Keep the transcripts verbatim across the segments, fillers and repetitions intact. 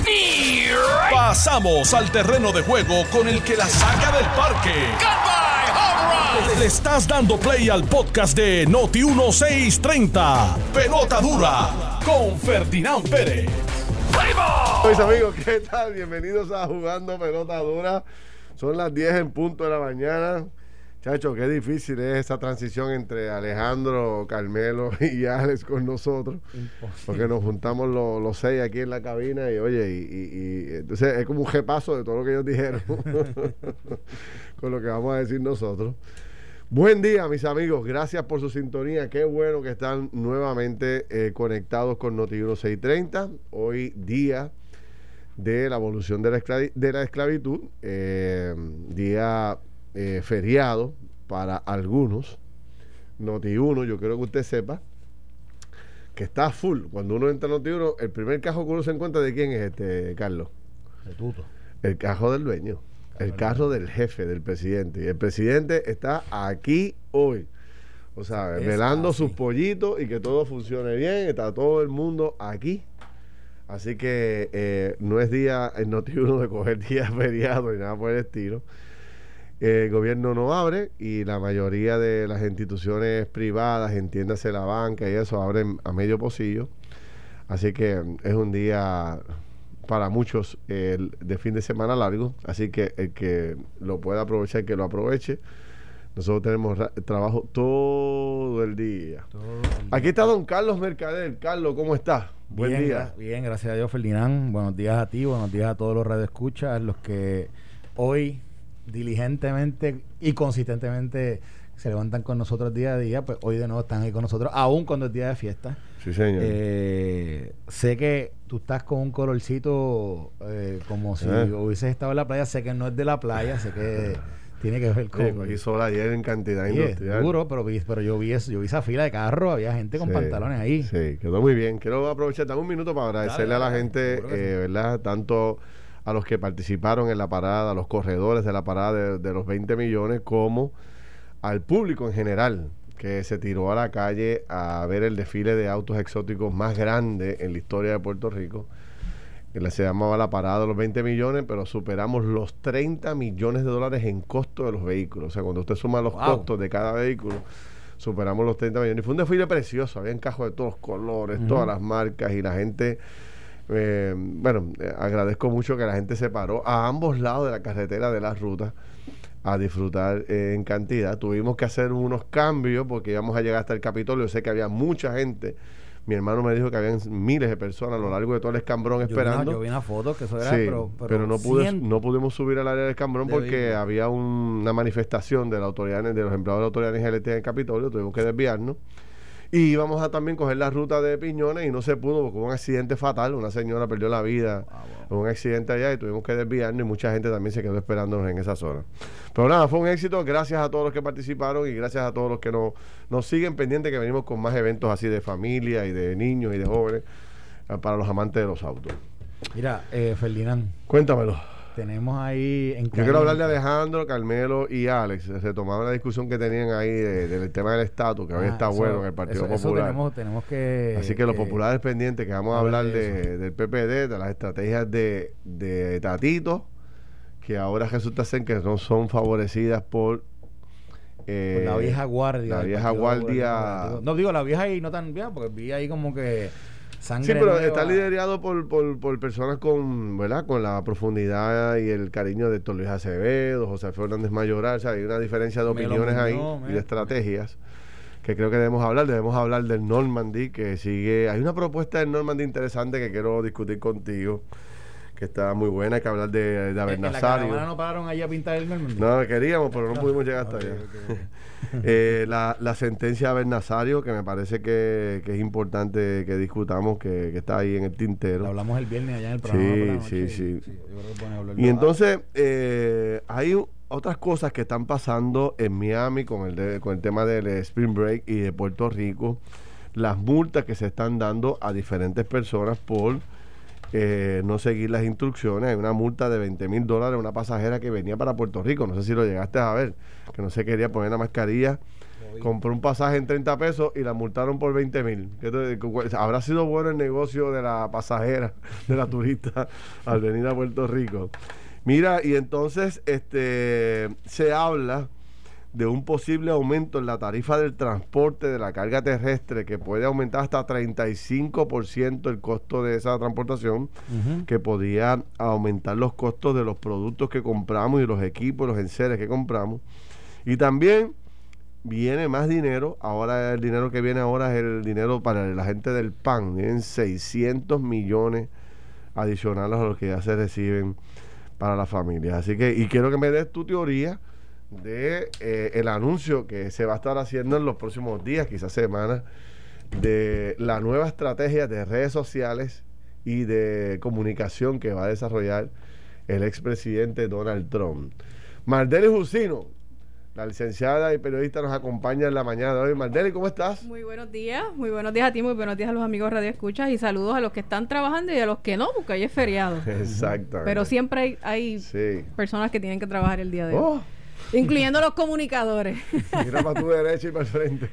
Pasamos al terreno de juego con el que la saca del parque. Le estás dando play al podcast de Noti dieciséis treinta. Pelota dura con Ferdinand Pérez. Mis amigos, ¿qué tal? Bienvenidos a Jugando Pelota Dura. Son las diez en punto de la mañana. Chacho, qué difícil es esa transición entre Alejandro, Carmelo y Alex con nosotros. Imposible. Porque nos juntamos los, los seis aquí en la cabina y oye, y, y, y entonces es como un repaso de todo lo que ellos dijeron con lo que vamos a decir nosotros. Buen día, mis amigos. Gracias por su sintonía. Qué bueno que están nuevamente eh, conectados con Noti dieciséis treinta. Hoy día de la abolición de la, esclavi- de la esclavitud. Eh, día eh, feriado para algunos. Noti uno, yo quiero que usted sepa que está full. Cuando uno entra a Noti uno, el primer cajo que uno se encuentra, ¿de quién es este, Carlos? De Tuto. El cajo del dueño. El carro del jefe, del presidente. Y el presidente está aquí hoy. O sea, es velando así sus pollitos y que todo funcione bien. Está todo el mundo aquí. Así que eh, no es día en Noti uno de coger días feriados ni nada por el estilo. El gobierno no abre y la mayoría de las instituciones privadas, entiéndase la banca y eso, abren a medio pocillo. Así que es un día para muchos eh, de fin de semana largo, así que el que lo pueda aprovechar, que lo aproveche. Nosotros tenemos ra- trabajo todo el día. Todo el día. Aquí está don Carlos Mercader. Carlos, ¿cómo estás? Buen bien, día. Gra- bien, gracias a Dios, Ferdinand. Buenos días a ti, buenos días a todos los radioescuchas, los que hoy diligentemente y consistentemente se levantan con nosotros día a día, pues hoy de nuevo están ahí con nosotros, aún cuando es día de fiesta. Sí, señor. Eh, sé que tú estás con un colorcito eh, como si ¿Eh? hubieses estado en la playa. Sé que no es de la playa, sé que tiene que ver con... Sí, cogí sol ayer en cantidad Oye, industrial. duro, pero, vi, pero yo, vi eso, yo vi esa fila de carros, había gente con sí, pantalones ahí. Sí, quedó muy bien. Quiero aprovechar, dame un minuto para agradecerle dale, a la dale, gente, seguro que eh, sí. ¿verdad? Tanto a los que participaron en la parada, a los corredores de la parada de, de los veinte millones, como al público en general, que se tiró a la calle a ver el desfile de autos exóticos más grande en la historia de Puerto Rico. Se llamaba la parada de los veinte millones, pero superamos los treinta millones de dólares en costo de los vehículos. O sea, cuando usted suma los wow. costos de cada vehículo, superamos los treinta millones. Y fue un desfile precioso, había encajos de todos los colores, uh-huh. todas las marcas, y la gente... Eh, bueno, eh, agradezco mucho que la gente se paró a ambos lados de la carretera de las rutas a disfrutar eh, en cantidad. Tuvimos que hacer unos cambios porque íbamos a llegar hasta el Capitolio. Sé que había mucha gente. Mi hermano me dijo que habían miles de personas a lo largo de todo el escambrón yo esperando. Vi una, yo vi una foto que eso era, sí, pero, pero, pero no, pude, no pudimos subir al área del escambrón porque ir. había un, una manifestación de la autoridad, de los empleados de la autoridad N G L T en el Capitolio. Tuvimos que desviarnos. Y íbamos a también coger la ruta de Piñones y no se pudo porque hubo un accidente fatal. Una señora perdió la vida ah, wow. en un accidente allá y tuvimos que desviarnos y mucha gente también se quedó esperándonos en esa zona. Pero nada, fue un éxito. Gracias a todos los que participaron y gracias a todos los que nos, nos siguen pendientes, que venimos con más eventos así de familia y de niños y de jóvenes eh, para los amantes de los autos. Mira, eh, Ferdinand. Cuéntamelo. Tenemos ahí en Yo quiero hablar de Alejandro, Carmelo y Alex. Retomaba la discusión que tenían ahí de, de, del tema del estatus, que ah, hoy está eso, bueno en el Partido eso, Popular. Eso tenemos, tenemos que... Así que, que los populares pendientes, que vamos a hablar de, de del P P D, de las estrategias de, de Tatito, que ahora resulta ser que no son favorecidas por... Eh, por la vieja guardia. La vieja guardia... No, digo la vieja y no tan vieja, porque vi ahí como que... Sangre sí, pero nueva. Está liderado por, por, por personas con, ¿verdad? Con la profundidad y el cariño de Héctor Luis Acevedo, José Fernández Mayoral. O sea, hay una diferencia de opiniones ahí no, y de estrategias que creo que debemos hablar. Debemos hablar del Normandy, que sigue... Hay una propuesta del Normandy interesante que quiero discutir contigo, que está muy buena. Hay que hablar de, de Abernasario. ¿En la no pararon allá a pintar el Normandy? No, queríamos, pero no, no pudimos llegar hasta okay, allá. Okay. eh, la, la sentencia de Abernasario, que me parece que, que es importante que discutamos, que, que está ahí en el tintero. Lo hablamos el viernes allá en el programa. Sí, por la noche, sí, sí. sí yo y entonces, eh, hay otras cosas que están pasando en Miami con el, de, con el tema del Spring Break y de Puerto Rico. Las multas que se están dando a diferentes personas por... Eh, no seguir las instrucciones. Hay una multa de veinte mil dólares a una pasajera que venía para Puerto Rico, no sé si lo llegaste a ver, que no se quería poner la mascarilla compró un pasaje en treinta pesos y la multaron por veinte mil. Habrá sido bueno el negocio de la pasajera, de la turista, al venir a Puerto Rico. Mira, y entonces este se habla de un posible aumento en la tarifa del transporte de la carga terrestre, que puede aumentar hasta treinta y cinco por ciento el costo de esa transportación, uh-huh. que podría aumentar los costos de los productos que compramos y los equipos, los enseres que compramos. Y también viene más dinero. Ahora el dinero que viene ahora es el dinero para la gente del P A N. Vienen seiscientos millones adicionales a los que ya se reciben para las familias. Así que, y quiero que me des tu teoría de eh, el anuncio que se va a estar haciendo en los próximos días, quizás semanas, de la nueva estrategia de redes sociales y de comunicación que va a desarrollar el expresidente Donald Trump. Mardeli Jusino, la licenciada y periodista, nos acompaña en la mañana de hoy. Mardeli, ¿cómo estás? Muy buenos días, muy buenos días a ti, muy buenos días a los amigos Radio Escuchas y saludos a los que están trabajando y a los que no, porque hoy es feriado. Exactamente. Pero siempre hay, hay sí. personas que tienen que trabajar el día de oh. hoy. Incluyendo los comunicadores. Mira para tu derecha y para el frente.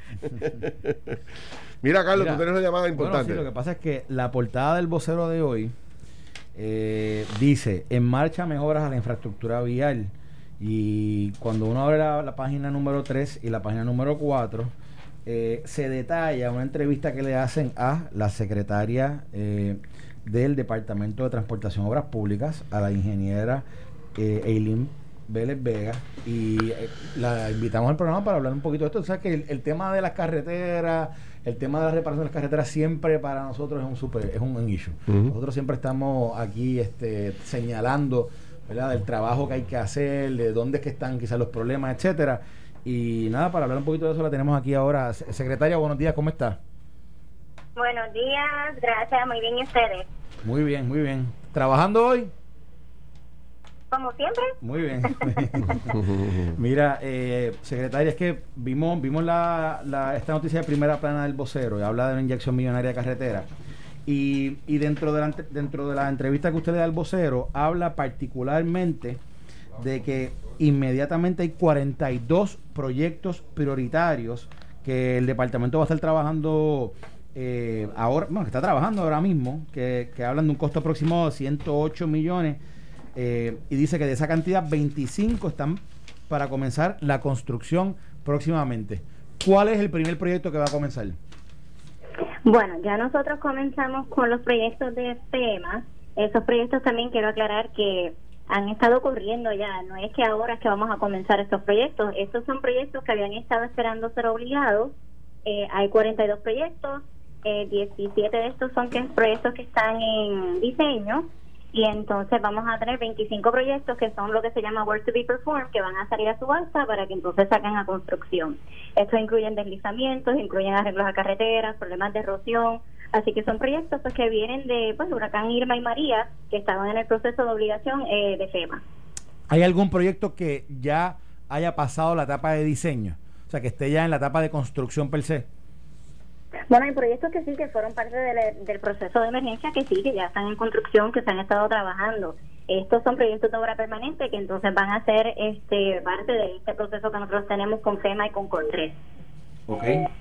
Mira, Carlos, Mira, tú tienes una llamada importante. Bueno, sí, lo que pasa es que la portada del vocero de hoy eh, dice: en marcha mejoras a la infraestructura vial. Y cuando uno abre la, la página número tres y la página número cuatro, eh, se detalla una entrevista que le hacen a la secretaria eh, del Departamento de Transportación y Obras Públicas, a la ingeniera eh, Eileen Vélez Vega, y eh, la invitamos al programa para hablar un poquito de esto. O sea que el, el tema de las carreteras, el tema de la reparación de las carreteras siempre para nosotros es un super, es un, un issue. Uh-huh. Nosotros siempre estamos aquí este, señalando, ¿verdad?, del trabajo que hay que hacer, de dónde es que están quizás los problemas, etcétera. Y nada, para hablar un poquito de eso la tenemos aquí ahora. Secretaria, buenos días, ¿cómo está? Buenos días, gracias, muy bien, ¿y ustedes? Muy bien, muy bien. ¿Trabajando hoy? Como siempre. Muy bien. Mira, eh, secretaria, es que vimos vimos la, la esta noticia de primera plana del vocero y habla de una inyección millonaria de carretera. Y, y dentro de la dentro de la entrevista que usted le da al vocero, habla particularmente de que inmediatamente hay cuarenta y dos proyectos prioritarios que el departamento va a estar trabajando eh, ahora, bueno, que está trabajando ahora mismo, que, que hablan de un costo aproximado de ciento ocho millones. Eh, y dice que de esa cantidad veinticinco están para comenzar la construcción próximamente. ¿Cuál es el primer proyecto que va a comenzar? Bueno, ya nosotros comenzamos con los proyectos de FEMA. Esos proyectos también quiero aclarar que han estado ocurriendo ya. No es que ahora es que vamos a comenzar estos proyectos. Estos son proyectos que habían estado esperando ser obligados. Eh, hay cuarenta y dos proyectos. Eh, diecisiete de estos son que, proyectos que están en diseño. Y entonces vamos a tener veinticinco proyectos que son lo que se llama Work to be Performed, que van a salir a subasta para que entonces saquen a construcción. Estos incluyen deslizamientos, incluyen arreglos a carreteras, problemas de erosión. Así que son proyectos pues, que vienen de pues, huracán Irma y María, que estaban en el proceso de obligación eh, de FEMA. ¿Hay algún proyecto que ya haya pasado la etapa de diseño? O sea, que esté ya en la etapa de construcción per se. Bueno, hay proyectos que sí, que fueron parte de, del proceso de emergencia, que sí, que ya están en construcción, que se han estado trabajando. Estos son proyectos de obra permanente que entonces van a ser este parte de este proceso que nosotros tenemos con FEMA y con COR-tres. Ok.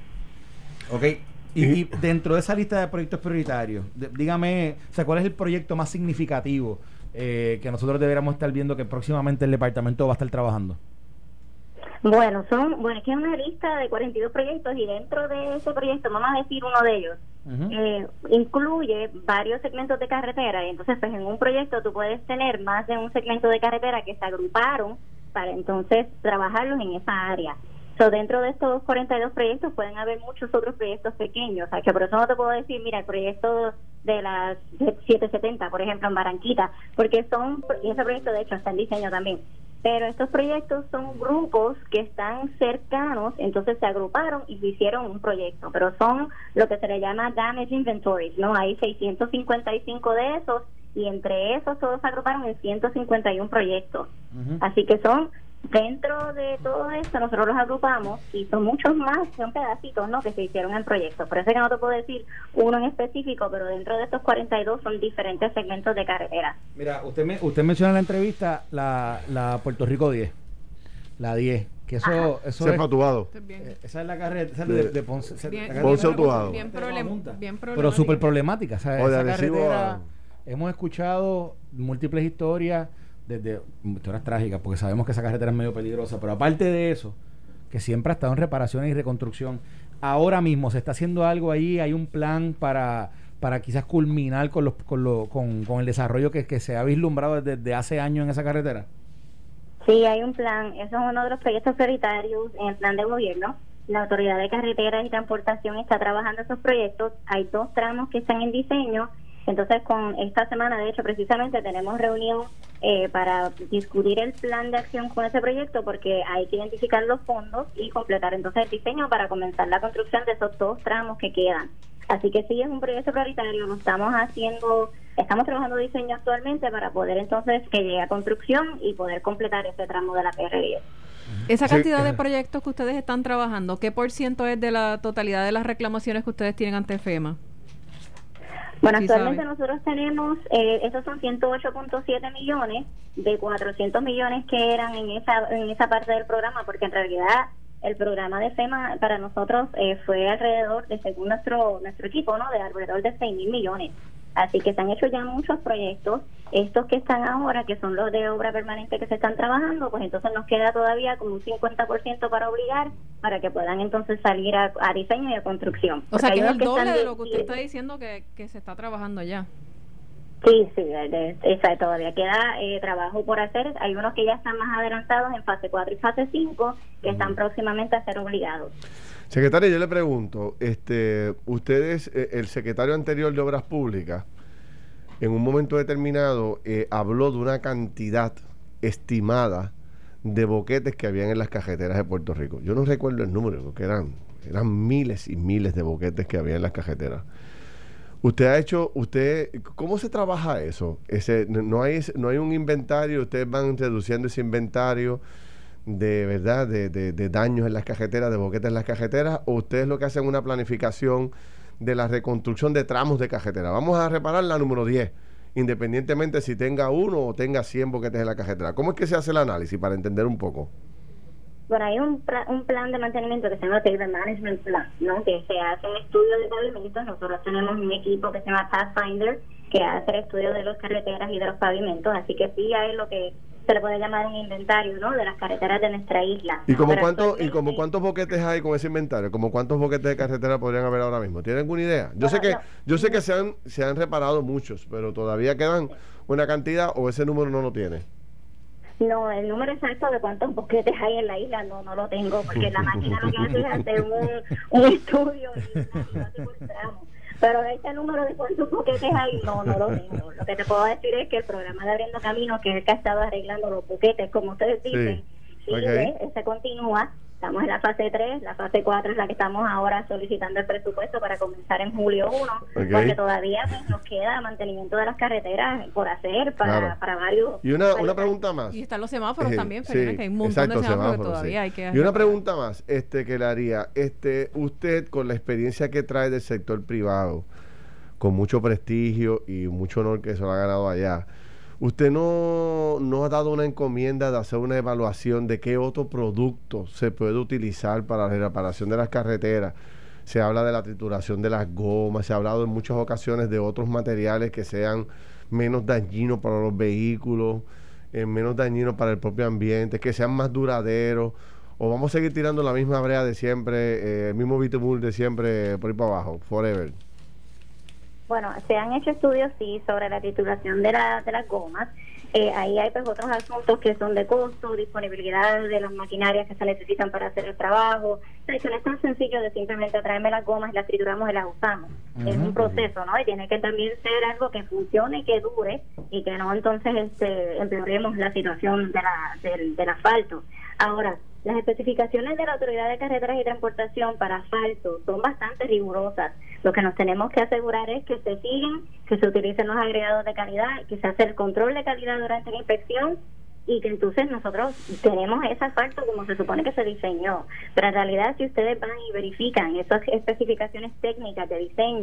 Ok. Y, y dentro de esa lista de proyectos prioritarios, de, dígame, o sea, ¿cuál es el proyecto más significativo eh, que nosotros deberíamos estar viendo que próximamente el departamento va a estar trabajando? Bueno, son bueno es que es una lista de cuarenta y dos proyectos y dentro de ese proyecto, vamos a decir uno de ellos, uh-huh. eh, incluye varios segmentos de carretera y entonces pues en un proyecto tú puedes tener más de un segmento de carretera que se agruparon para entonces trabajarlos en esa área. So, dentro de estos cuarenta y dos proyectos pueden haber muchos otros proyectos pequeños, o sea que por eso no te puedo decir, mira, el proyecto de las setecientos setenta, por ejemplo, en Barranquita, porque son, y ese proyecto de hecho está en diseño también, pero estos proyectos son grupos que están cercanos, entonces se agruparon y se hicieron un proyecto, pero son lo que se le llama damage inventories, ¿no? Hay seiscientos cincuenta y cinco de esos y entre esos todos se agruparon en ciento cincuenta y uno proyectos. Uh-huh. Así que son, dentro de todo esto nosotros los agrupamos y son muchos más, son pedacitos, ¿no?, que se hicieron en proyectos. Por eso es que no te puedo decir uno en específico, pero dentro de estos cuarenta y dos son diferentes segmentos de carretera. Mira, usted me, usted menciona en la entrevista la, la Puerto Rico diez, la diez. Que eso, eso Sepa es, Tuado. Eh, esa es la carrera esa es de, de Ponce. Bien, la Ponce bien, Tuado. Bien, problem, bien problemática. Pero súper problemática. O sea, o de esa Arecibo carretera, a... hemos escuchado múltiples historias, desde historias trágicas, porque sabemos que esa carretera es medio peligrosa. Pero aparte de eso, que siempre ha estado en reparaciones y reconstrucción, ahora mismo se está haciendo algo ahí, hay un plan para... para quizás culminar con los con, lo, con, con el desarrollo que, que se ha vislumbrado desde, desde hace años en esa carretera. Sí, hay un plan. Eso es uno de los proyectos prioritarios en el plan de gobierno. La Autoridad de Carreteras y Transportación está trabajando esos proyectos. Hay dos tramos que están en diseño. Entonces, con esta semana, de hecho, precisamente tenemos reunión eh, para discutir el plan de acción con ese proyecto, porque hay que identificar los fondos y completar entonces el diseño para comenzar la construcción de esos dos tramos que quedan. Así que sí, es un proyecto prioritario, lo estamos haciendo, estamos trabajando diseño actualmente para poder entonces que llegue a construcción y poder completar ese tramo de la P R diez. Esa cantidad de proyectos que ustedes están trabajando, ¿qué por ciento es de la totalidad de las reclamaciones que ustedes tienen ante FEMA? Bueno, ¿Sí actualmente sabe? nosotros tenemos, eh, esos son ciento ocho punto siete millones de cuatrocientos millones que eran en esa, en esa parte del programa, porque en realidad el programa de FEMA para nosotros eh, fue alrededor de, según nuestro nuestro equipo, ¿no?, de alrededor de seis mil millones. Así que se han hecho ya muchos proyectos. Estos que están ahora, que son los de obra permanente que se están trabajando, pues entonces nos queda todavía como un cincuenta por ciento para obligar, para que puedan entonces salir a, a diseño y a construcción. O sea, Porque que es hay el unos que doble están de lo que usted de- está diciendo que, que se está trabajando ya. Sí, sí, de, de, esa, todavía queda eh, trabajo por hacer. Hay unos que ya están más adelantados en fase cuatro y fase cinco, que están próximamente a ser obligados. Secretario, yo le pregunto, este, ustedes, eh, el secretario anterior de Obras Públicas, en un momento determinado eh, habló de una cantidad estimada de boquetes que habían en las cajeteras de Puerto Rico. Yo no recuerdo el número, porque eran, eran miles y miles de boquetes que había en las cajeteras. Usted ha hecho, usted, ¿cómo se trabaja eso? Ese, no hay, no hay un inventario, ustedes van reduciendo ese inventario de verdad, de, de, de daños en las cajeteras, de boquetes en las cajeteras, o ustedes lo que hacen es una planificación de la reconstrucción de tramos de cajetera. Vamos a reparar la número diez, independientemente si tenga uno o tenga cien boquetes en la cajetera. ¿Cómo es que se hace el análisis para entender un poco? Bueno, hay un, pla- un plan de mantenimiento que se llama Pavement Management Plan, ¿no?, que se hace un estudio de pavimentos. Nosotros tenemos un equipo que se llama Pathfinder, que hace el estudio de las carreteras y de los pavimentos, así que sí hay lo que se le puede llamar un inventario, ¿no?, de las carreteras de nuestra isla. ¿Y como Pero cuánto, y como actualmente- cuántos boquetes hay con ese inventario? ¿Como cuántos boquetes de carretera podrían haber ahora mismo? ¿Tienen alguna idea? Yo Bueno, sé que no. yo sé que se han se han reparado muchos, pero todavía quedan una cantidad, o ese número no lo tiene. No, el número exacto de cuántos boquetes hay en la isla no no lo tengo, porque la máquina lo que hace es hacer un, un estudio y lo hace por tramo. Pero ese número de cuántos boquetes hay, no, no lo tengo. Lo que te puedo decir es que el programa de Abriendo Camino, que es el que ha estado arreglando los boquetes, como ustedes dicen, Sí. sigue, Ok. se continúa. Estamos en la fase tres, la fase cuatro es la que estamos ahora solicitando el presupuesto para comenzar en julio uno, Ok. porque todavía pues, nos queda mantenimiento de las carreteras por hacer para, Claro. para varios... Y una, una varios- pregunta más. Y están los semáforos Eh, también, sí, Felina, que hay un montón exacto, de semáforos, semáforos, que todavía sí. hay que Y una reparar. pregunta más, este, que le haría, este, usted con la experiencia que trae del sector privado, con mucho prestigio y mucho honor que se lo ha ganado allá, ¿usted no, no ha dado una encomienda de hacer una evaluación de qué otro producto se puede utilizar para la reparación de las carreteras? Se habla de la trituración de las gomas, se ha hablado en muchas ocasiones de otros materiales que sean menos dañinos para los vehículos, eh, menos dañinos para el propio ambiente, que sean más duraderos, o vamos a seguir tirando la misma brea de siempre, eh, el mismo bitumul de siempre por ahí para abajo, forever. Bueno, se han hecho estudios, sí, sobre la titulación de, la, de las gomas. Eh, ahí hay pues otros asuntos que son de costo, disponibilidad de las maquinarias que se necesitan para hacer el trabajo. O sea, que no es tan sencillo de simplemente traerme las gomas, las trituramos y las usamos. Ujú. Es un proceso, ¿no? Y tiene que también ser algo que funcione y que dure, y que no entonces este, empeoremos la situación de la, del, del asfalto. Ahora, las especificaciones de la Autoridad de Carreteras y Transportación para asfalto son bastante rigurosas. Lo que nos tenemos que asegurar es que se siguen, que se utilicen los agregados de calidad, que se hace el control de calidad durante la inspección, y que entonces nosotros tenemos ese asfalto como se supone que se diseñó. Pero en realidad, si ustedes van y verifican esas especificaciones técnicas de diseño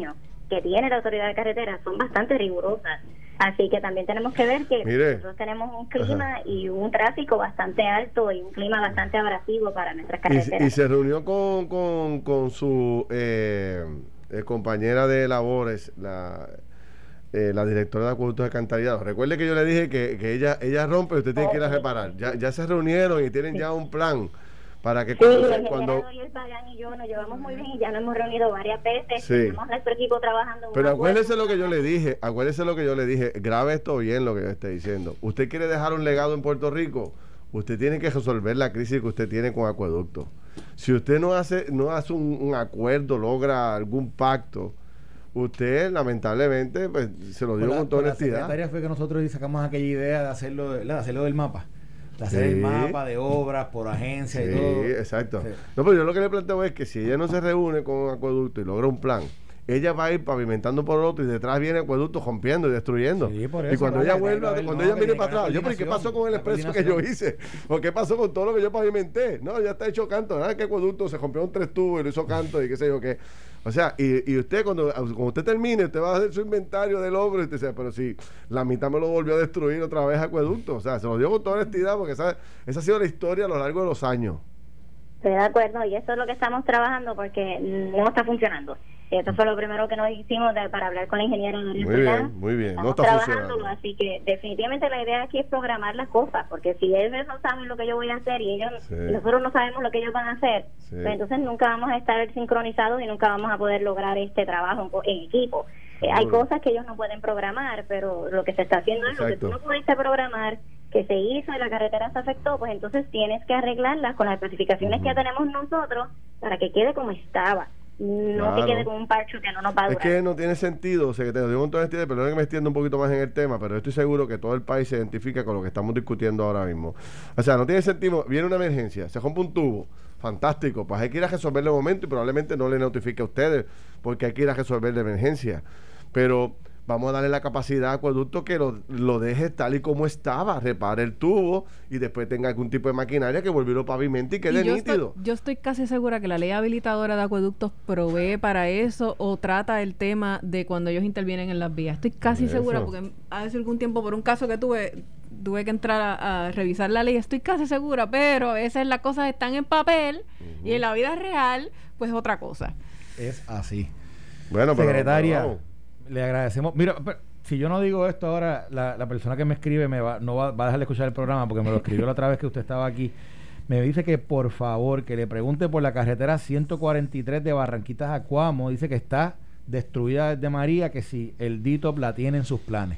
que tiene la autoridad de carretera son bastante rigurosas. Así que también tenemos que ver que Mire. nosotros tenemos un clima Ajá. y un tráfico bastante alto y un clima bastante abrasivo para nuestras carreteras. Y, y se reunió con, con, con su eh, eh, compañera de labores, la... Eh, la directora de acueductos de alcantarillado. Recuerde que yo le dije que, que ella ella rompe y usted tiene que ir a reparar. Ya, ya se reunieron y tienen sí. ya un plan para que sí, cuando... el cuando y el Pagán y yo nos llevamos muy bien y ya nos hemos reunido varias veces. Sí. Tenemos nuestro equipo trabajando. Pero acuérdese lo que yo le dije, acuérdese lo que yo le dije, grabe esto bien lo que yo esté diciendo. Usted quiere dejar un legado en Puerto Rico, usted tiene que resolver la crisis que usted tiene con acueductos. Si usted no hace, no hace un, un acuerdo, logra algún pacto, usted lamentablemente pues se lo digo con toda honestidad. La secretaria fue que nosotros sacamos aquella idea de hacerlo, de hacerlo del mapa, de hacer sí. el mapa de obras por agencia sí, y todo. Exacto. Sí. No, pero yo lo que le planteo es que si ella no se reúne con un acueducto y logra un plan, ella va a ir pavimentando por otro y detrás viene el acueducto rompiendo y destruyendo. Sí, por eso, y cuando ella vuelva, cuando no, ella viene para atrás, yo, pero ¿qué pasó con el expreso que yo hice? ¿O qué pasó con todo lo que yo pavimenté? No, ya está hecho canto. Nada, que acueducto se rompió un tres tubos y lo hizo canto y qué sé yo qué. O sea, y, y usted cuando, cuando usted termine, usted va a hacer su inventario de logros y usted dice, pero si la mitad me lo volvió a destruir otra vez acueducto. O sea, se lo digo con toda honestidad porque esa, esa ha sido la historia a lo largo de los años. Estoy de acuerdo, y eso es lo que estamos trabajando porque no está funcionando. Esto fue lo primero que nos hicimos de, para hablar con la ingeniera. Muy bien, muy bien. Estamos no está funcionando. Así que definitivamente la idea aquí es programar las cosas, porque si ellos no saben lo que yo voy a hacer y ellos sí. nosotros no sabemos lo que ellos van a hacer, sí. pues entonces nunca vamos a estar sincronizados y nunca vamos a poder lograr este trabajo en equipo. Eh, hay cosas que ellos no pueden programar, pero lo que se está haciendo es Exacto. lo que tú no pudiste programar, que se hizo y la carretera se afectó, pues entonces tienes que arreglarlas con las especificaciones uh-huh. que tenemos nosotros para que quede como estaba. No claro. que quede con un parcho que no nos va a durar. Es que no tiene sentido, secretario, digo un montón de sentido, pero no que me extienda un poquito más en el tema, pero estoy seguro que todo el país se identifica con lo que estamos discutiendo ahora mismo. O sea, no tiene sentido, viene una emergencia, se rompe un tubo, fantástico, pues hay que ir a resolver el momento y probablemente no le notifique a ustedes, porque hay que ir a resolver la emergencia. Pero vamos a darle la capacidad a acueducto que lo, lo deje tal y como estaba, repare el tubo y después tenga algún tipo de maquinaria que vuelva lo pavimente y quede y yo nítido. Estoy, yo estoy casi segura que la ley habilitadora de acueductos provee para eso o trata el tema de cuando ellos intervienen en las vías. Estoy casi eso. segura porque hace algún tiempo por un caso que tuve tuve que entrar a, a revisar la ley, estoy casi segura, pero a veces las cosas están en papel uh-huh. y en la vida real pues es otra cosa. Es así. Bueno, pero, secretaria, pero, le agradecemos. Mira, pero, si yo no digo esto ahora, la, la persona que me escribe me va, no va, va a dejar de escuchar el programa porque me lo escribió la otra vez que usted estaba aquí. Me dice que por favor que le pregunte por la carretera ciento cuarenta y tres de Barranquitas a Cuamo. Dice que está destruida desde María, que si el D I T O P la tiene en sus planes.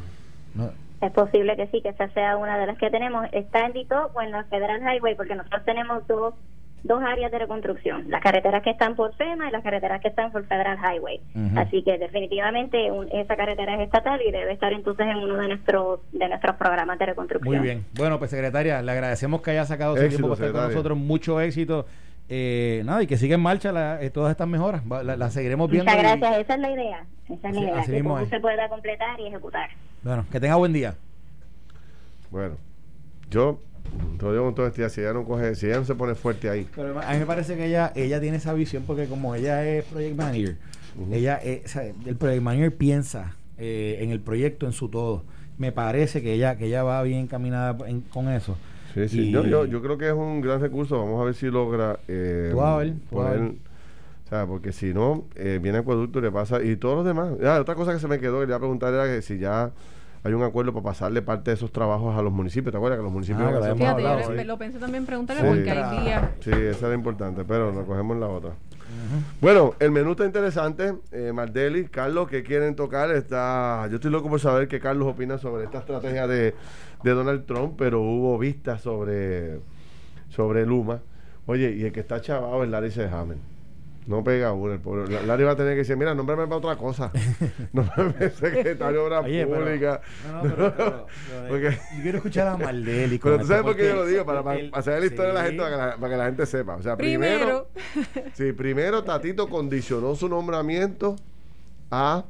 No. Es posible que sí, que esa sea una de las que tenemos. Está en D I T O P o en la Federal Highway, porque nosotros tenemos dos dos áreas de reconstrucción, las carreteras que están por FEMA y las carreteras que están por Federal Highway. Uh-huh. Así que definitivamente un, esa carretera es estatal y debe estar entonces en uno de nuestros de nuestros programas de reconstrucción. Muy bien. Bueno, pues secretaria, le agradecemos que haya sacado ese tiempo para estar con nosotros. Mucho éxito. Eh, nada, y que siga en marcha la, eh, todas estas mejoras. La, la seguiremos viendo. Muchas gracias, y esa es la idea. Esa es la idea, que todo es. se pueda completar y ejecutar. Bueno, que tenga buen día. Bueno, yo te lo digo con todo este día, si ella no coge, si ella no se pone fuerte ahí. Pero a mí me parece que ella ella tiene esa visión porque como ella es project manager, uh-huh. ella eh, o sea, el project manager piensa eh, en el proyecto, en su todo. Me parece que ella que ella va bien encaminada en, con eso. Sí, sí. Y, yo, yo, yo creo que es un gran recurso. Vamos a ver si logra eh, tú a ver, tú a ver. O sea, porque si no, eh, viene acueducto y le pasa, y todos los demás. Ah, otra cosa que se me quedó, quería preguntar era que si ya hay un acuerdo para pasarle parte de esos trabajos a los municipios. ¿Te acuerdas que los municipios... Ah, que fíjate, yo le, lo pensé también preguntarle sí. porque hay días... Sí, esa era importante, pero nos cogemos la otra. Uh-huh. Bueno, el menú está interesante. Eh, Mardeli, Carlos, ¿qué quieren tocar? Está, yo estoy loco por saber qué Carlos opina sobre esta estrategia de, de Donald Trump, pero hubo vistas sobre, sobre Luma. Oye, y el que está chavado es Larry Selhammer. No pega uno, el pobre. Larry va a tener que decir, mira, nómbrame para otra cosa. Nómbrame secretario de Obras Públicas. No, no, pero, pero, pero porque, yo quiero escuchar a Mardeli. Pero tú sabes por qué yo lo digo, para, para, para hacer la historia sí. de la gente, para que la, para que la gente sepa. O sea, primero, primero sí, primero Tatito condicionó su nombramiento a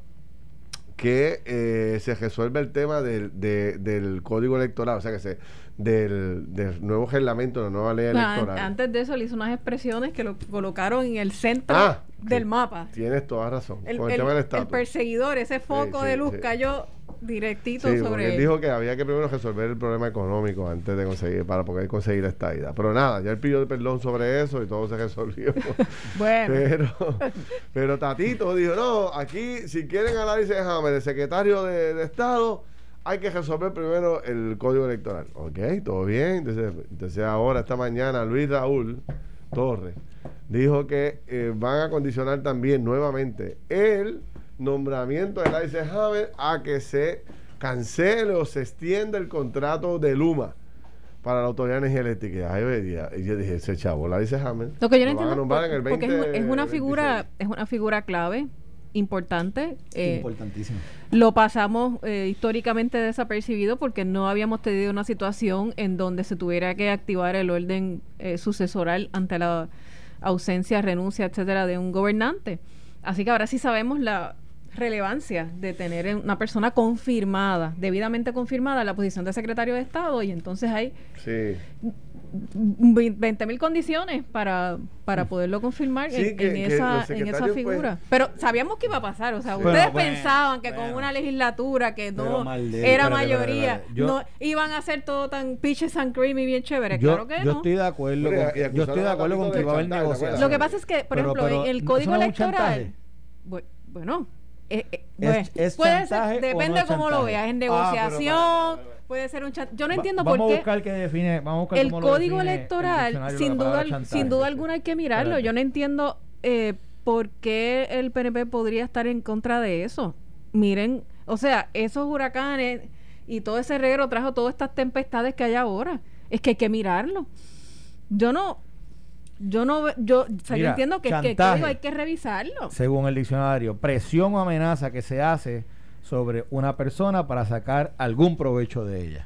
que eh, se resuelva el tema del, de, del código electoral, o sea que se del, del nuevo reglamento, la nueva ley no, electoral. Antes de eso le hizo unas expresiones que lo colocaron en el centro ah, del mapa. Tienes toda razón. El, con el, el, tema del el perseguidor, ese foco sí, sí, de luz sí. cayó directito sí, sobre él. él. Dijo que había que primero resolver el problema económico antes de conseguir, para poder conseguir la estadidad. Pero nada, ya él pidió perdón sobre eso y todo se resolvió. Bueno. Pero, pero Tatito dijo, no, aquí si quieren a Larry Selhammer, el secretario de, de Estado, hay que resolver primero el código electoral. Ok, todo bien. Entonces, entonces ahora, esta mañana, Luis Raúl Torres dijo que eh, van a condicionar también nuevamente el nombramiento de Larry Selhammer a que se cancele o se extienda el contrato de Luma para la Autoridad de Energía Eléctrica. Ay, veía, y yo dije, ese chavo, Larry Selhammer, lo que yo no entiendo, por, en el veinte, porque es, es una figura, es una figura clave, importante. Eh, Importantísimo. Lo pasamos eh, históricamente desapercibido porque no habíamos tenido una situación en donde se tuviera que activar el orden eh, sucesoral ante la ausencia, renuncia, etcétera, de un gobernante. Así que ahora sí sabemos la relevancia de tener una persona confirmada, debidamente confirmada en la posición de secretario de Estado, y entonces hay sí. veinte mil condiciones para, para poderlo confirmar sí, en, que, en, esa, en esa figura. Pues, pero sabíamos que iba a pasar, o sea, sí. ustedes bueno, pensaban que bueno, con una legislatura que no de, era mayoría, pero, pero, pero, yo, no iban a hacer todo tan peaches and cream y bien chévere, yo, claro que yo no. Estoy de acuerdo pero, con, yo estoy de acuerdo con que iba a haber negociación. Lo que pasa es que, por pero, ejemplo, pero, en el código electoral, bueno, Eh, eh, bueno, ¿Es, es puede ser, depende de no cómo lo veas, en negociación, ah, pero, pero, puede ser un chat. Yo no entiendo Va, por qué. A buscar que define, vamos a buscar el cómo código lo electoral, sin duda, chantaje, sin duda alguna hay que mirarlo. Espérate. Yo no entiendo eh, por qué el P N P podría estar en contra de eso. Miren, o sea, esos huracanes y todo ese reguero trajo todas estas tempestades que hay ahora. Es que hay que mirarlo. Yo no. Yo no, yo, o sea, Mira, yo entiendo que, chantaje, que el código hay que revisarlo. Según el diccionario, presión o amenaza que se hace sobre una persona para sacar algún provecho de ella.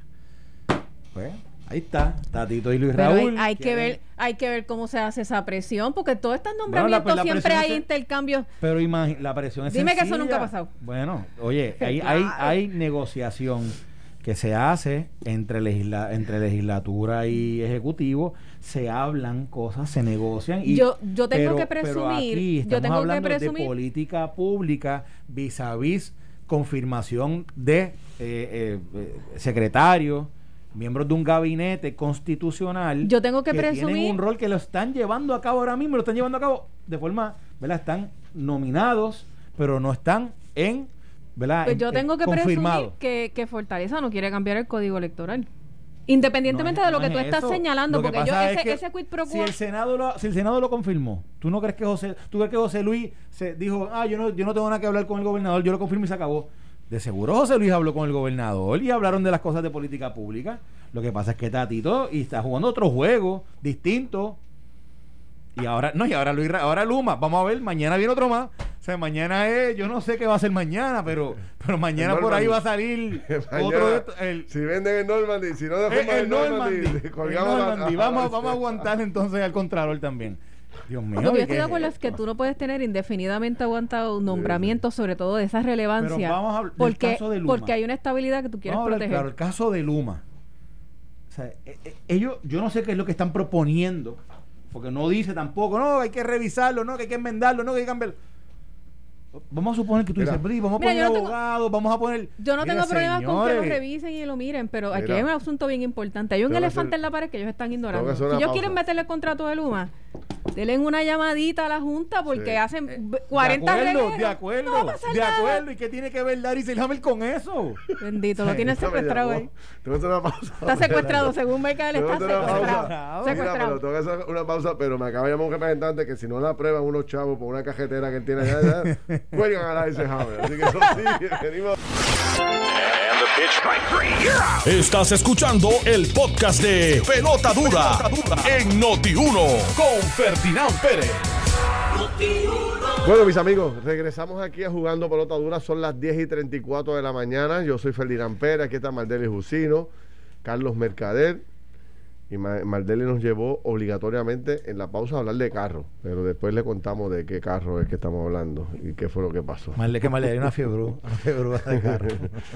Pues, ahí está, Tatito y Luis Pero Raúl. Hay, hay que ver, hay que ver cómo se hace esa presión, porque todos estos nombramientos bueno, la, la siempre hay es, intercambios. Pero imagina, la presión es Dime sencilla. que eso nunca ha pasado. Bueno, oye, hay, claro. hay, hay negociación que se hace entre legisla, entre legislatura y ejecutivo, se hablan cosas, se negocian y yo yo tengo pero, que presumir, pero aquí estamos yo tengo hablando que presumir de política pública vis a vis confirmación de eh, eh, eh, secretarios, miembros de un gabinete constitucional. Yo tengo que, que presumir tienen un rol que lo están llevando a cabo ahora mismo, lo están llevando a cabo de forma, ¿verdad? Están nominados, pero no están en ¿verdad? Pues yo tengo que confirmado. presumir que, que Fortaleza no quiere cambiar el código electoral. Independientemente no es, de lo no que tú estás eso. señalando, lo porque yo ese, es ese quid pro quo. Si el Senado lo, si el Senado lo confirmó, ¿tú no crees que José, tú crees que José Luis se dijo, ah, yo no, yo no tengo nada que hablar con el gobernador, yo lo confirmo y se acabó? De seguro José Luis habló con el gobernador y hablaron de las cosas de política pública. Lo que pasa es que Tatito y está jugando otro juego distinto. Y ahora, no, y ahora Luis, ahora Luma, vamos a ver, mañana viene otro más. O sea, mañana es, yo no sé qué va a ser mañana, pero, pero mañana por ahí va a salir mañana, otro de estos, el, si venden el Normandy, si no dejamos el, el Normandy, Normandy, el Normandy. Vamos, vamos a aguantar entonces al Contralor también. Dios mío. Lo que yo estoy de acuerdo es que tú no puedes tener indefinidamente aguantado un nombramiento, sobre todo de esa relevancia. Pero vamos a hablar porque, del caso de Luma. Porque hay una estabilidad que tú quieres vamos a hablar, proteger. Claro, el caso de Luma. O sea, eh, eh, ellos, yo no sé qué es lo que están proponiendo, porque no dice tampoco, no, hay que revisarlo, no, que hay que enmendarlo, no, que hay que cambiarlo. Vamos a suponer que tú mira, dices, Bri, vamos a mira, poner no abogados, tengo, vamos a poner... Yo no mira, tengo problemas señores, con que lo revisen y lo miren, pero mira, aquí hay un asunto bien importante. Hay un elefante hacer, en la pared que ellos están ignorando. Si ellos pausa. quieren meterle el contrato de Luma, denle una llamadita a la Junta porque sí. hacen cuarenta reglas. De acuerdo, no de acuerdo. De acuerdo. ¿Y qué tiene que ver Larry Selhammer con eso? Bendito, lo tiene secuestrado ahí. Una pausa. Está secuestrado, según Michael, está secuestrado. Secuestrado. Tengo que hacer una pausa, pero me acaba de llamar un representante que si no la aprueban unos chavos por una cajetera que él tiene allá, cuelgan a Larry Selhammer. Así que eso sí, venimos. Estás escuchando el podcast de Pelota Dura, Pelota Dura en Noti uno con Ferdinand Pérez. Bueno, mis amigos, regresamos aquí a Jugando Pelota Dura. Son las diez y treinta y cuatro de la mañana. Yo soy Ferdinand Pérez. Aquí está Mardeli Jusino, Carlos Mercader y Mardelli nos llevó obligatoriamente en la pausa a hablar de carro, pero después le contamos de qué carro es que estamos hablando y qué fue lo que pasó. Marle que Marle hay una fiebre, una fiebre de carro.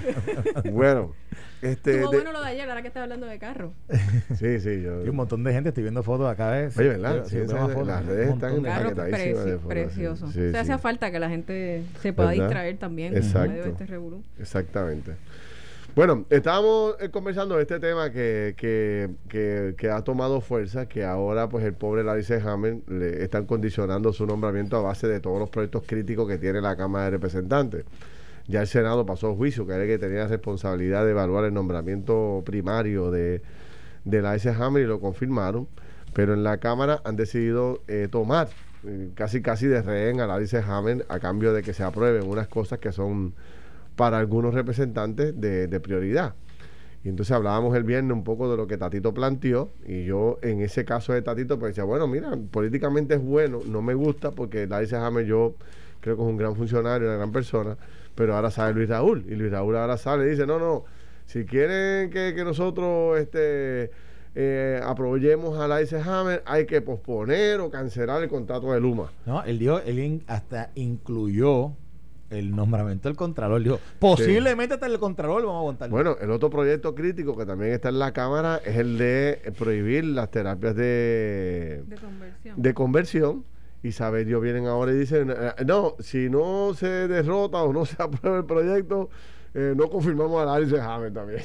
Bueno, este estuvo de, bueno lo de ayer, ahora que está hablando de carro. Sí, sí, yo. Y un montón de gente, estoy viendo fotos acá, ¿ves? Oye, ¿verdad? Sí, Sí, esa, fotos, las redes están empaquetadísimas de fotos. Precioso. Sí, o sea, sí. hace falta que la gente se pueda ¿verdad? distraer también Exacto. en medio de este revolú. Exactamente. Bueno, estábamos eh, conversando de este tema que, que, que, que ha tomado fuerza, que ahora pues el pobre Larry Selhammer le están condicionando su nombramiento a base de todos los proyectos críticos que tiene la Cámara de Representantes. Ya el Senado pasó a juicio, que era el que tenía la responsabilidad de evaluar el nombramiento primario de, de Larry Selhammer y lo confirmaron, pero en la Cámara han decidido eh, tomar eh, casi casi de rehén a Larry Selhammer a cambio de que se aprueben unas cosas que son para algunos representantes de, de prioridad. Y entonces hablábamos el viernes un poco de lo que Tatito planteó, y yo en ese caso de Tatito pues decía, bueno, mira, políticamente es bueno, no me gusta porque Larry Selhammer yo creo que es un gran funcionario, una gran persona, pero ahora sale Luis Raúl, y Luis Raúl ahora sale y dice, no, no, si quieren que, que nosotros este eh, apoyemos a Larry Selhammer, hay que posponer o cancelar el contrato de Luma. No, él dio, él in, hasta incluyó el nombramiento del Contralor. Dijo, posiblemente sí. Hasta el Contralor vamos a aguantar. Bueno, el otro proyecto crítico que también está en la Cámara es el de prohibir las terapias de, de conversión. De conversión. Y sabe Dios, vienen ahora y dicen, no, si no se derrota o no se aprueba el proyecto, eh, no confirmamos a Larry Selhammer también.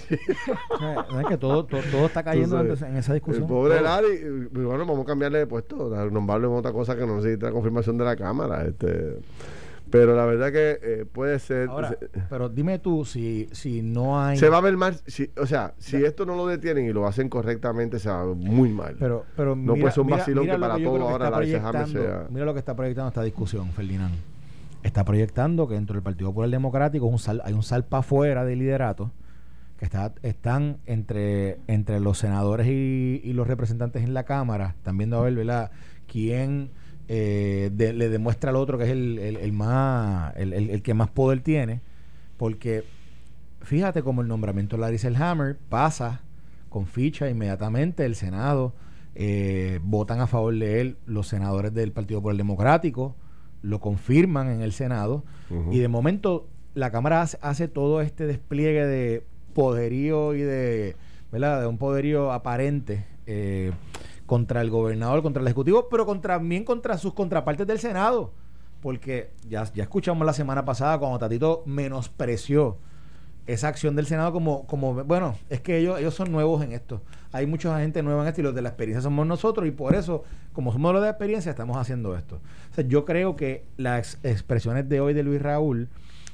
No es que todo, todo, todo está cayendo Entonces, en esa discusión. El pobre todo. Larry, bueno, vamos a cambiarle de puesto, nombrarlo en otra cosa que no necesita la confirmación de la Cámara. Este... Pero la verdad que eh, puede ser... Ahora, se, pero dime tú, si, si no hay... Se va a ver mal, si, o sea, si ya. esto no lo detienen y lo hacen correctamente, se va a ver muy mal. Pero, pero no mira, puede ser un vacilón mira, mira que para todo ahora la Selhammer sea... Mira lo que está proyectando esta discusión, Ferdinand. Está proyectando que dentro del Partido Popular Democrático un sal, hay un salpa afuera de liderato, que está, están entre, entre los senadores y, y los representantes en la Cámara, están viendo a ver, ¿verdad?, quién... Eh, de, le demuestra al otro que es el, el, el más el, el, el que más poder tiene, porque fíjate como el nombramiento de Larry Selhammer pasa con ficha inmediatamente, el Senado eh, votan a favor de él, los senadores del Partido Popular Democrático lo confirman en el Senado, uh-huh. Y de momento la Cámara hace, hace todo este despliegue de poderío y de, ¿verdad?, de un poderío aparente eh, contra el gobernador, contra el ejecutivo, pero contra, también contra sus contrapartes del Senado, porque ya, ya escuchamos la semana pasada cuando Tatito menospreció esa acción del Senado como, como bueno, es que ellos, ellos son nuevos en esto, hay mucha gente nueva en esto y los de la experiencia somos nosotros, y por eso, como somos los de la experiencia, estamos haciendo esto. O sea, yo creo que las expresiones de hoy de Luis Raúl,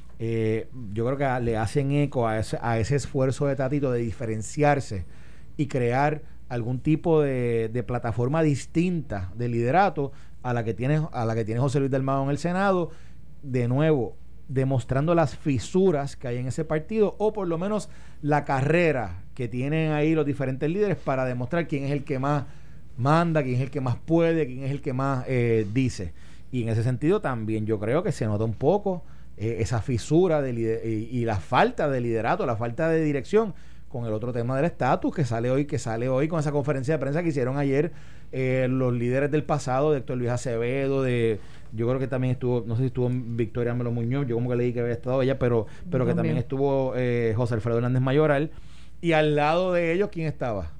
eh, yo creo que le hacen eco a ese, a ese esfuerzo de Tatito de diferenciarse y crear algún tipo de, de plataforma distinta de liderato a la que tiene a la que tiene José Luis Dalmau en el Senado, de nuevo demostrando las fisuras que hay en ese partido, o por lo menos la carrera que tienen ahí los diferentes líderes para demostrar quién es el que más manda, quién es el que más puede, quién es el que más eh, dice. Y en ese sentido también yo creo que se nota un poco eh, esa fisura de lider- y, y la falta de liderato, la falta de dirección, con el otro tema del estatus que sale hoy, que sale hoy con esa conferencia de prensa que hicieron ayer eh, los líderes del pasado, de Héctor Luis Acevedo, de yo creo que también estuvo, no sé si estuvo Victoria Melo Muñoz, yo como que leí que había estado ella, pero, pero que también estuvo eh, José Alfredo Hernández Mayoral, y al lado de ellos, ¿quién estaba?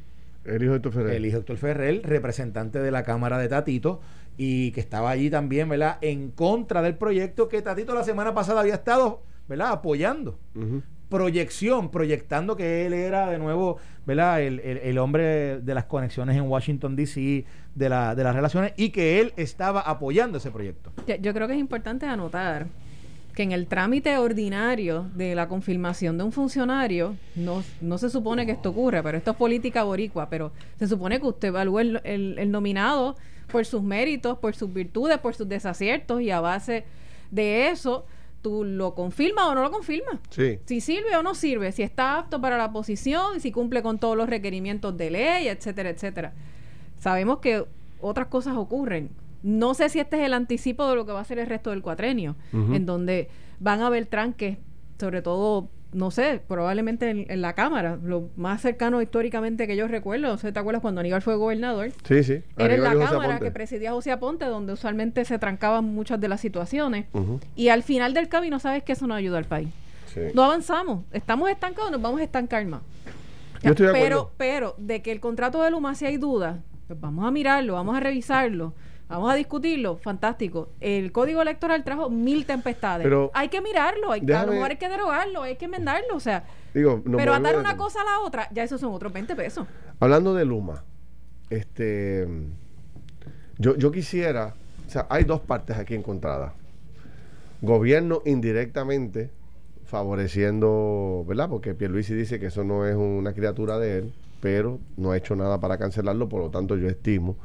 El hijo de Héctor Ferrer. El hijo de Héctor Ferrer, representante de la Cámara de Tatito, y que estaba allí también, ¿verdad?, en contra del proyecto que Tatito la semana pasada había estado, ¿verdad?, apoyando. Uh-huh. Proyección, proyectando que él era de nuevo, ¿verdad?, el, el, el hombre de las conexiones en Washington D C, de, la, de las relaciones, y que él estaba apoyando ese proyecto. Yo, yo creo que es importante anotar que en el trámite ordinario de la confirmación de un funcionario, no, no se supone que esto ocurra, pero esto es política boricua, pero se supone que usted evalúe el, el, el nominado por sus méritos, por sus virtudes, por sus desaciertos, y a base de eso tú lo confirmas o no lo confirmas. Sí. Si sirve o no sirve, si está apto para la posición, si cumple con todos los requerimientos de ley, etcétera, etcétera. Sabemos que otras cosas ocurren. No sé si este es el anticipo de lo que va a ser el resto del cuatrenio, uh-huh. en donde van a haber tranques, sobre todo no sé, probablemente en, en la Cámara, lo más cercano históricamente que yo recuerdo, no sé, ¿te acuerdas cuando Aníbal fue gobernador? Sí, sí. Era en la José Cámara Aponte. que presidía José Aponte, donde usualmente se trancaban muchas de las situaciones. Uh-huh. Y al final del camino, ¿sabes que eso no ayuda al país? Sí. No avanzamos, estamos estancados, nos vamos a estancar más. Yo estoy de pero, acuerdo. pero de que el contrato de Luma, si hay dudas, pues vamos a mirarlo, vamos a revisarlo, vamos a discutirlo, fantástico. El código electoral trajo mil tempestades. Pero hay que mirarlo, hay, déjame, a lo mejor hay que derogarlo, hay que enmendarlo, o sea. Digo, no pero atar de una tema. cosa a la otra, ya esos son otros veinte pesos. Hablando de Luma, este, yo, yo quisiera, o sea, hay dos partes aquí encontradas. Gobierno indirectamente favoreciendo, ¿verdad? Porque Pierluisi dice que eso no es una criatura de él, pero no ha hecho nada para cancelarlo, por lo tanto yo estimo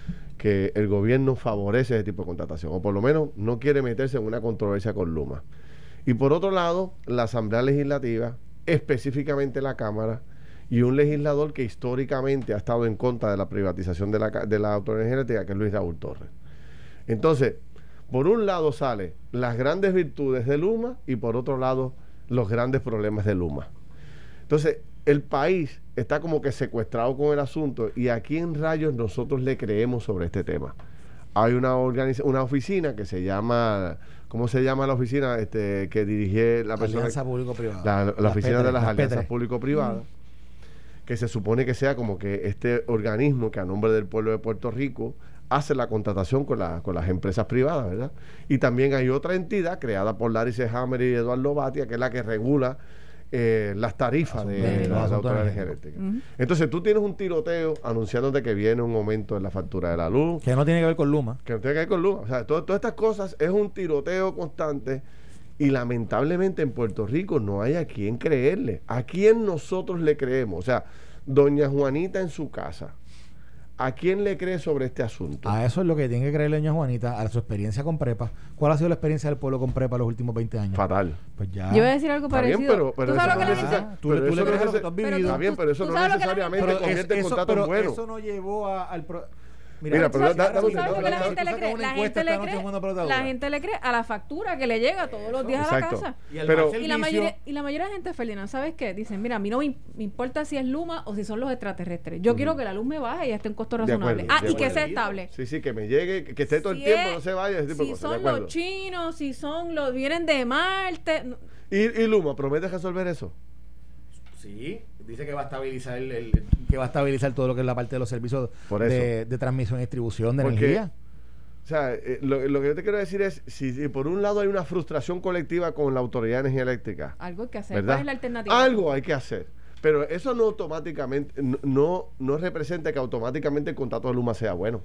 que el gobierno favorece ese tipo de contratación, o por lo menos no quiere meterse en una controversia con Luma. Y por otro lado, la Asamblea Legislativa, específicamente la Cámara, y un legislador que históricamente ha estado en contra de la privatización de la, de la autoridad energética, que es Luis Raúl Torres. Entonces, por un lado sale las grandes virtudes de Luma y por otro lado los grandes problemas de Luma. Entonces, el país está como que secuestrado con el asunto, y a quién rayos nosotros le creemos sobre este tema. Hay una organiza una oficina que se llama, ¿cómo se llama la oficina? Este, que dirige la persona. Alianza Público-Privada. La, la Las oficina Petre, de las, las alianzas Petre. público-privadas. Mm. Que se supone que sea como que este organismo que a nombre del pueblo de Puerto Rico hace la contratación con, la, con las empresas privadas, ¿verdad? Y también hay otra entidad creada por Larry C. Hammer y Eduardo Batia, que es la que regula eh, las tarifas de, de las autoridades energéticas. Uh-huh. Entonces tú tienes un tiroteo anunciándote que viene un aumento en la factura de la luz. Que no tiene que ver con Luma. Que no tiene que ver con Luma. O sea, todo, todas estas cosas es un tiroteo constante, y lamentablemente en Puerto Rico no hay a quién creerle. ¿A quién nosotros le creemos? O sea, doña Juanita en su casa, ¿a quién le cree sobre este asunto? A eso es lo que tiene que creerle doña Juanita, a su experiencia con Prepa. ¿Cuál ha sido la experiencia del pueblo con Prepa los últimos veinte años? Fatal. Pues ya. Yo voy a decir algo Está parecido. bien, pero, pero ¿Tú sabes eso lo que no la es gente- necesar- Tú, pero tú eso le no crees es lo que tú has neces- vivido. Está bien, pero eso ¿Tú no sabes lo que la necesariamente Pero convierte es- en eso, contrato pero bueno. eso no llevó a- al... Pro... Mira, pero ¿Tú da- sabes da- por qué da- la da- gente da- le cree? La gente le cree, la gente le cree a la factura que le llega todos los días a la Exacto. casa. Y el Pero- mal Y la, servicio- mayoría, y la mayoría de gente, Ferdinand, ¿sabes qué? Dicen, mira, a mí no me, im- me importa si es Luma o si son los extraterrestres. Yo Ujú. quiero que la luz me baje y esté en costo De razonable. acuerdo, ah, de y que acuerdo. sea estable. Sí, sí, que me llegue, que, que esté todo el Si tiempo, es- no se vaya, ese tipo de si cosas. de son acuerdo. los chinos, si son los... vienen de Marte... no- Y, y Luma, ¿promete resolver eso? Sí, dice que va a estabilizar el, el- que va a estabilizar todo lo que es la parte de los servicios Por eso. de, de transmisión y distribución de Porque, energía. O sea, eh, lo, lo que yo te quiero decir es, si, si por un lado hay una frustración colectiva con la Autoridad de Energía Eléctrica, Algo hay que hacer. ¿verdad? ¿Cuál es la alternativa? Algo hay que hacer. Pero eso no automáticamente, no, no, no representa que automáticamente el contrato de Luma sea bueno.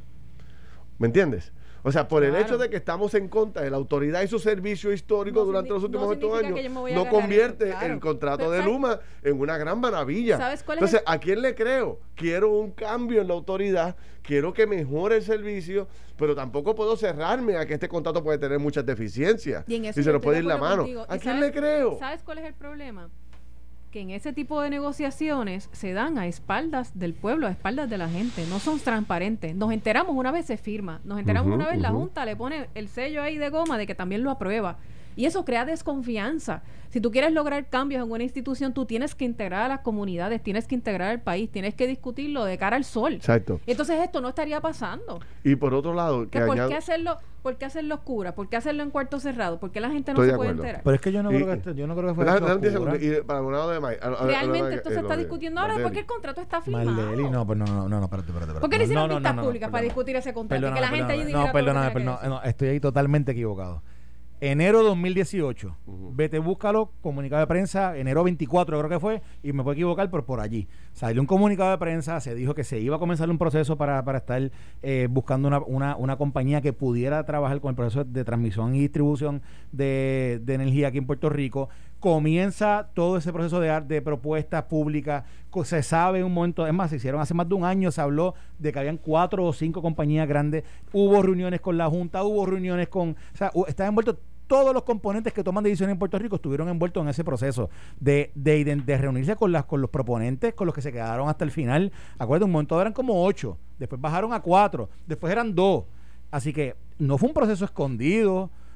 ¿Me entiendes? O sea, por el Claro. hecho de que estamos en contra de la autoridad y su servicio histórico No durante signi- los últimos no ocho significa años, que yo me voy a no agarrar convierte eso, claro. el contrato Pero de ¿sabes- Luma en una gran maravilla. ¿Sabes cuál es Entonces, el- ¿a quién le creo? Quiero un cambio en la autoridad, quiero que mejore el servicio, pero tampoco puedo cerrarme a que este contrato puede tener muchas deficiencias Y en eso y se yo nos estoy puede de ir la acuerdo mano. contigo. ¿A ¿Y quién sabes- le creo? ¿Sabes cuál es el problema? Que en ese tipo de negociaciones se dan a espaldas del pueblo, a espaldas de la gente, no son transparentes. Nos enteramos una vez, se firma, nos enteramos Ujú, una vez, la ujú. Junta le pone el sello ahí de goma de que también lo aprueba. Y eso crea desconfianza. Si tú quieres lograr cambios en una institución, tú tienes que integrar a las comunidades, tienes que integrar al país, tienes que discutirlo de cara al sol. Exacto. Entonces esto no estaría pasando. Y por otro lado, ¿Que que ¿Por añado- qué hacerlo, por qué hacerlo oscura? ¿Por qué hacerlo en cuarto cerrado? ¿Por qué la gente no Estoy se de puede acuerdo. enterar? Pero es que yo no Y- creo que esto, yo no creo que fue Déjame- esto déjame diez oscura. segundos. Y para el lado de Mike, a- a- a- Realmente a- esto eh, se lo está de- discutiendo ahora Marlene. porque el contrato está firmado. Marleli, no, pues no, no, no, no, espérate, espérate. espérate. ¿Por qué no hicieron no, no, vistas no, no, públicas para perdóname. discutir ese contrato? Perdóname, que la gente allí perdóname. dijera No, todo lo que perdóname, tenía que perdóname, decir. no, estoy ahí totalmente equivocado. Enero dos mil dieciocho, Ujú. vete, búscalo, comunicado de prensa, enero veinticuatro creo que fue, y me puedo equivocar, pero por allí. Salió un comunicado de prensa, se dijo que se iba a comenzar un proceso para, para estar eh, buscando una, una, una compañía que pudiera trabajar con el proceso de transmisión y distribución de, de energía aquí en Puerto Rico. Comienza todo ese proceso de, de propuestas públicas, co- se sabe un momento, es más, se hicieron hace más de un año, se habló de que habían cuatro o cinco compañías grandes, hubo reuniones con la Junta, hubo reuniones con, o sea, hu- estaban envueltos todos los componentes que toman decisiones en Puerto Rico estuvieron envueltos en ese proceso de, de, de, de reunirse con las con los proponentes, con los que se quedaron hasta el final. Acuérdate, un momento eran como ocho, después bajaron a cuatro, después eran dos. Así que no fue un proceso escondido,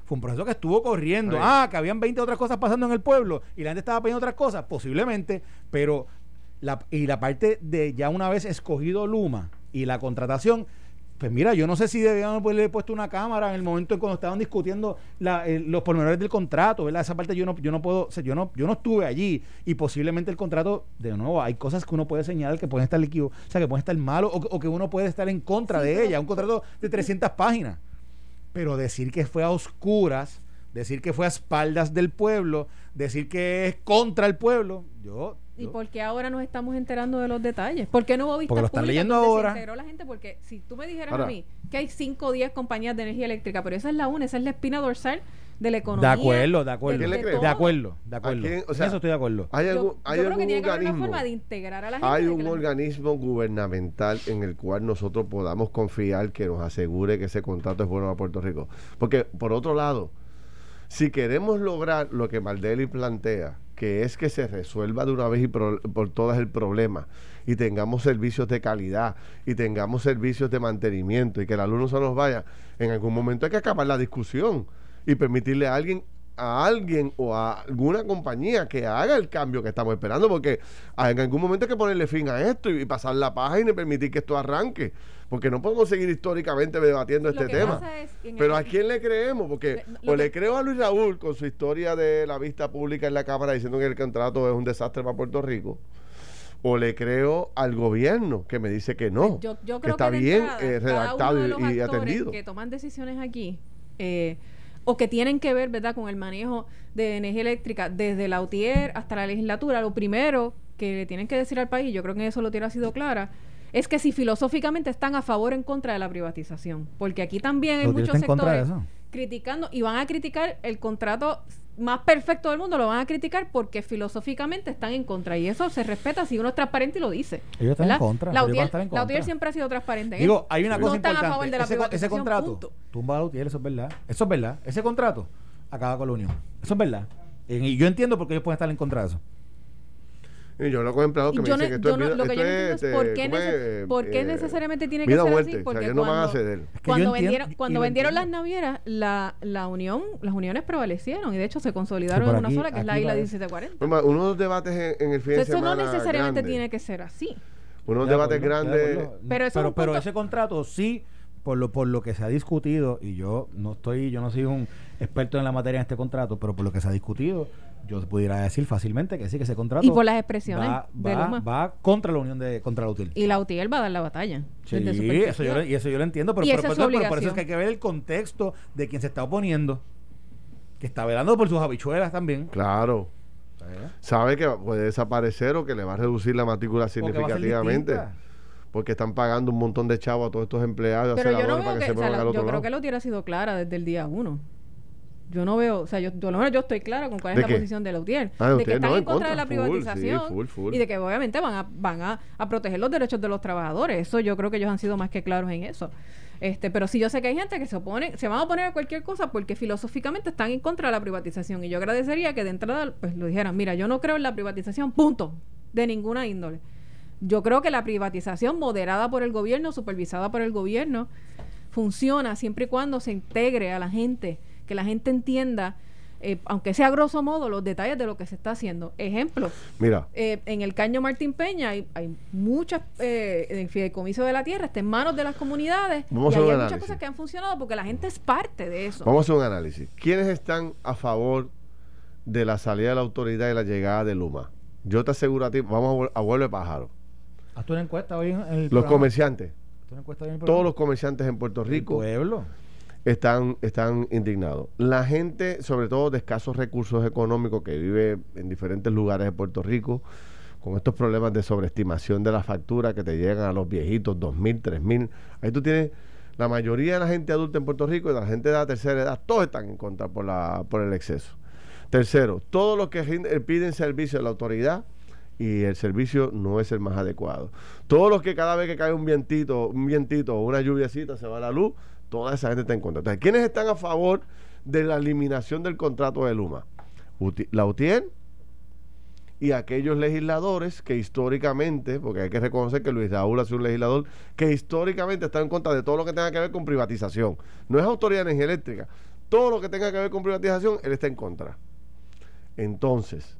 Fue un proceso que estuvo corriendo. Ahí. Ah, que habían veinte otras cosas pasando en el pueblo y la gente estaba pidiendo otras cosas, posiblemente, pero la, y la parte de ya una vez escogido Luma y la contratación, pues mira, yo no sé si debían haberle puesto una cámara en el momento en cuando estaban discutiendo la, el, los pormenores del contrato, ¿verdad? Esa parte yo no, yo no puedo, o sea, yo no, yo no estuve allí y posiblemente el contrato, de nuevo, hay cosas que uno puede señalar que pueden estar equivo, o sea, que pueden estar malos o, o que uno puede estar en contra sí, de pero, ella, un contrato de trescientas páginas. Pero decir que fue a oscuras, decir que fue a espaldas del pueblo, decir que es contra el pueblo, yo... ¿Y por qué ahora nos estamos enterando de los detalles? ¿Por qué no hubo vistas porque lo están públicas leyendo donde ahora. se integró la gente? Porque si tú me dijeras ahora, a mí que hay cinco o diez compañías de energía eléctrica, pero esa es la una, esa es la espina dorsal de la economía. De acuerdo, de acuerdo. ¿Quién le cree? De acuerdo, de acuerdo. Quién, o sea, en eso estoy de acuerdo. Hay algún, yo, hay yo creo algún que tiene que haber organismo, una forma de integrar a la gente. Hay un la organismo gente... gubernamental en el cual nosotros podamos confiar que nos asegure que ese contrato es bueno a Puerto Rico. Porque, por otro lado, si queremos lograr lo que Maldeli plantea, que es que se resuelva de una vez y por, por todas el problema y tengamos servicios de calidad y tengamos servicios de mantenimiento y que la luz no se nos vaya, en algún momento hay que acabar la discusión y permitirle a alguien a alguien o a alguna compañía que haga el cambio que estamos esperando, porque en algún momento hay que ponerle fin a esto y pasar la página y permitir que esto arranque, porque no podemos seguir históricamente debatiendo este tema. Pero ¿a quién le creemos? Porque lo o que... le creo a Luis Raúl con su historia de la vista pública en la Cámara diciendo que el contrato es un desastre para Puerto Rico, o le creo al gobierno que me dice que no, yo, yo que creo está que bien entrada, eh, redactado y, y atendido. Que toman decisiones aquí eh, o que tienen que ver, ¿verdad?, con el manejo de energía eléctrica desde la U T I E R hasta la legislatura. Lo primero que le tienen que decir al país, yo creo que en eso lo tiene ha sido clara, es que si filosóficamente están a favor o en contra de la privatización, porque aquí también hay muchos sectores criticando y van a criticar el contrato más perfecto del mundo, lo van a criticar porque filosóficamente están en contra, y eso se respeta si uno es transparente y lo dice. Ellos están en contra. La U T I E R, la U T I E R siempre ha sido transparente. Digo, hay una no cosa están importante. A favor de la ese, ese contrato, punto. tumba a la U T I E R, eso es verdad. Eso es verdad. Ese contrato acaba con la unión. Eso es verdad. Y yo entiendo por qué ellos pueden estar en contra de eso. Y yo lo he empleado que me yo dicen no, que esto yo no, es, lo que yo no entiendo es por qué, neces por qué eh, necesariamente tiene que ser muerte, así, porque o sea, no cuando, van a ceder. Es que cuando entiendo, vendieron, cuando vendieron las navieras, la, la unión, las uniones prevalecieron y de hecho se consolidaron en una aquí, sola, que es la isla diecisiete cuarenta. Uno de los debates en, en el fin de semana. Eso no necesariamente grande. tiene que ser así. Unos debates grandes. Pero, pero, pero ese contrato sí, por lo, por lo que se ha discutido, y yo no estoy, yo no soy un experto en la materia en este contrato, pero por lo que se ha discutido, yo pudiera decir fácilmente que sí, que ese contrato y por las expresiones va, de va, Luma. va contra la unión de contra la U T I E R. Y la U T I E R va a dar la batalla. Sí, eso yo, y eso yo lo entiendo, pero, pero, pero, pero, pero por eso es que hay que ver el contexto de quien se está oponiendo, que está velando por sus habichuelas también. Claro. ¿Eh? Sabe que puede desaparecer o que le va a reducir la matrícula significativamente. Porque están pagando un montón de chavos a todos estos empleados. Pero yo no veo para que, que, se o sea, la, al otro yo creo lado. que lo hubiera sido clara desde el día uno. Yo no veo, o sea, yo, yo, lo menos yo estoy clara con cuál es la qué? posición de la U T I E R. Ah, de usted, que están no, en contra, contra de la full, privatización sí, full, full. y de que obviamente van a van a, a proteger los derechos de los trabajadores. Eso yo creo que ellos han sido más que claros en eso. Este, pero sí yo sé que hay gente que se opone, se van a oponer a cualquier cosa porque filosóficamente están en contra de la privatización. Y yo agradecería que de entrada pues lo dijeran, mira, yo no creo en la privatización, punto, de ninguna índole. Yo creo que la privatización moderada por el gobierno, supervisada por el gobierno, funciona siempre y cuando se integre a la gente, que la gente entienda, eh, aunque sea a grosso modo, los detalles de lo que se está haciendo. Ejemplo, mira, eh, en el Caño Martín Peña hay, hay muchas, eh, el fideicomiso de la tierra está en manos de las comunidades. Vamos y ahí hay análisis. muchas cosas que han funcionado porque la gente es parte de eso. Vamos a hacer un análisis. ¿Quiénes están a favor de la salida de la autoridad y la llegada de Luma? Yo te aseguro a ti, vamos a, a vuelo de pájaro. Haz una encuesta hoy en el Los programa. comerciantes. Una encuesta hoy en el Todos los comerciantes en Puerto Rico. El pueblo. Están, están indignados. La gente, sobre todo de escasos recursos económicos, que vive en diferentes lugares de Puerto Rico, con estos problemas de sobreestimación de la factura que te llegan a los viejitos, dos mil, tres mil. Ahí tú tienes la mayoría de la gente adulta en Puerto Rico y la gente de la tercera edad, todos están en contra por, la, por el exceso. Tercero, todos los que piden servicio de la autoridad y el servicio no es el más adecuado. Todos los que cada vez que cae un vientito, un vientito o una lluviacita se va la luz, toda esa gente está en contra. Entonces, ¿quiénes están a favor de la eliminación del contrato de Luma? La U T I E R y aquellos legisladores que históricamente, porque hay que reconocer que Luis Raúl ha sido un legislador que históricamente está en contra de todo lo que tenga que ver con privatización. No es Autoridad de Energía Eléctrica. todo lo que tenga que ver con privatización, él está en contra. Entonces,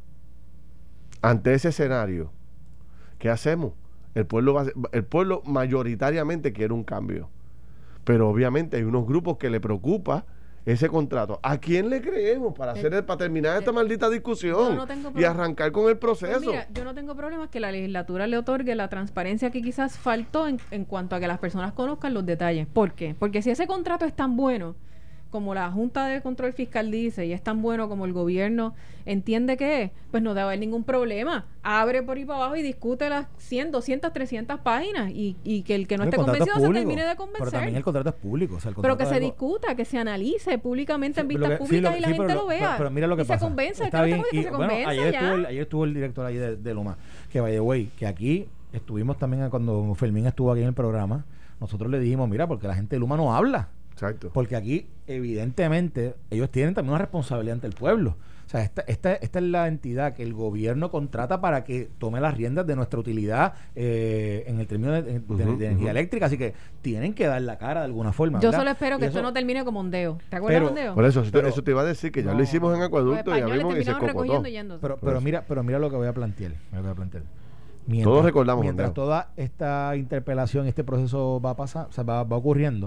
ante ese escenario, ¿qué hacemos? El pueblo, va, el pueblo mayoritariamente quiere un cambio, pero obviamente hay unos grupos que le preocupa ese contrato. ¿A quién le creemos para hacer el, para terminar esta maldita discusión no y arrancar con el proceso? Pues mira, yo no tengo problema que la legislatura le otorgue la transparencia que quizás faltó en, en cuanto a que las personas conozcan los detalles. ¿Por qué? Porque si ese contrato es tan bueno como la Junta de Control Fiscal dice y es tan bueno como el gobierno entiende que es, pues no debe haber ningún problema. Abre por ahí para abajo y discute las cien, doscientas, trescientas páginas y, y que el que no el esté convencido se termine de convencer. Pero también el contrato es público. O sea, el pero que se algo... discuta, que se analice públicamente sí, en vistas que, públicas sí, lo, y la sí, gente pero, lo vea. Pero, pero mira lo que y pasa. se convence. Está bien. Que Y, se bueno, ayer, ya. estuvo el, ayer estuvo el director ahí de, de Luma, que by the way, que aquí estuvimos también cuando Fermín estuvo aquí en el programa, nosotros le dijimos, mira, porque la gente de Luma no habla. Exacto. Porque aquí, evidentemente, ellos tienen también una responsabilidad ante el pueblo. O sea, esta, esta, esta es la entidad que el gobierno contrata para que tome las riendas de nuestra utilidad eh, en el término de, de, uh-huh, de, de energía uh-huh. eléctrica. Así que tienen que dar la cara de alguna forma. Yo ¿verdad? solo espero que y esto eso, no termine como ondeo. ¿Te acuerdas de ondeo? Por eso, pero, eso te iba a decir que ya no, lo hicimos en Acueducto y ya vimos y se cocotó. Pero, pero, mira, pero mira lo que voy a plantear. Lo que voy a plantear. Mientras, Todos recordamos mientras ondeo. Toda esta interpelación, este proceso va a pasar, o sea, va, va ocurriendo,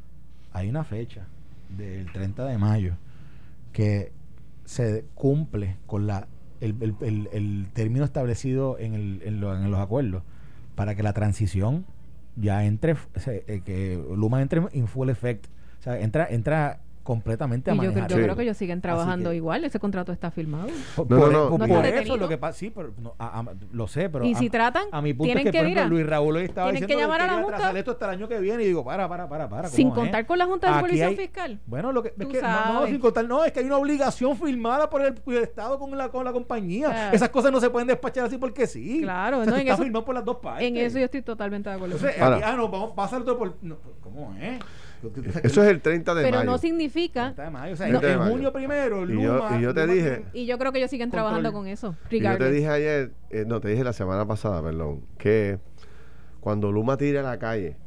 hay una fecha del treinta de mayo que se cumple con la el, el, el, el término establecido en, el, en, lo, en los acuerdos para que la transición ya entre, se, eh, que Luma entre en full effect, o sea, entra entra completamente a y yo, manejar. yo sí. creo que ellos siguen trabajando que, igual, ese contrato está firmado. Por, no, por, no, por, no, por no. eso lo que pasa, sí, pero no, a, a, lo sé, pero y a, si tratan, a mi punto tienen es que, que por ejemplo, ir a, Luis Raúl hoy estaba tienen diciendo que llamar que a la quería Junta atrasar esto hasta el año que viene y digo, para, para, para, para. Sin ¿cómo contar es? con la Junta de Aquí Supervisión hay, Fiscal. Bueno, lo que Tú es que sabes. no, no, sin contar, no, es que hay una obligación firmada por el, por el Estado con la, con la compañía. Claro. Esas cosas no se pueden despachar así porque sí. Claro, o sea, no, en está eso, firmado por las dos partes. en eso yo estoy totalmente de acuerdo. Entonces, Ahora, aquí, ah, no, vamos a pasar todo por. No, ¿cómo es? Eso es el treinta de pero mayo. no significa treinta de mayo, o sea, no, en, en mayo. junio primero, Y yo, Luma, y yo te Luma dije, tiene, y yo creo que ellos siguen control. trabajando con eso. y yo te regardless. dije ayer, eh, no, te dije la semana pasada, perdón, que cuando Luma tire a la calle,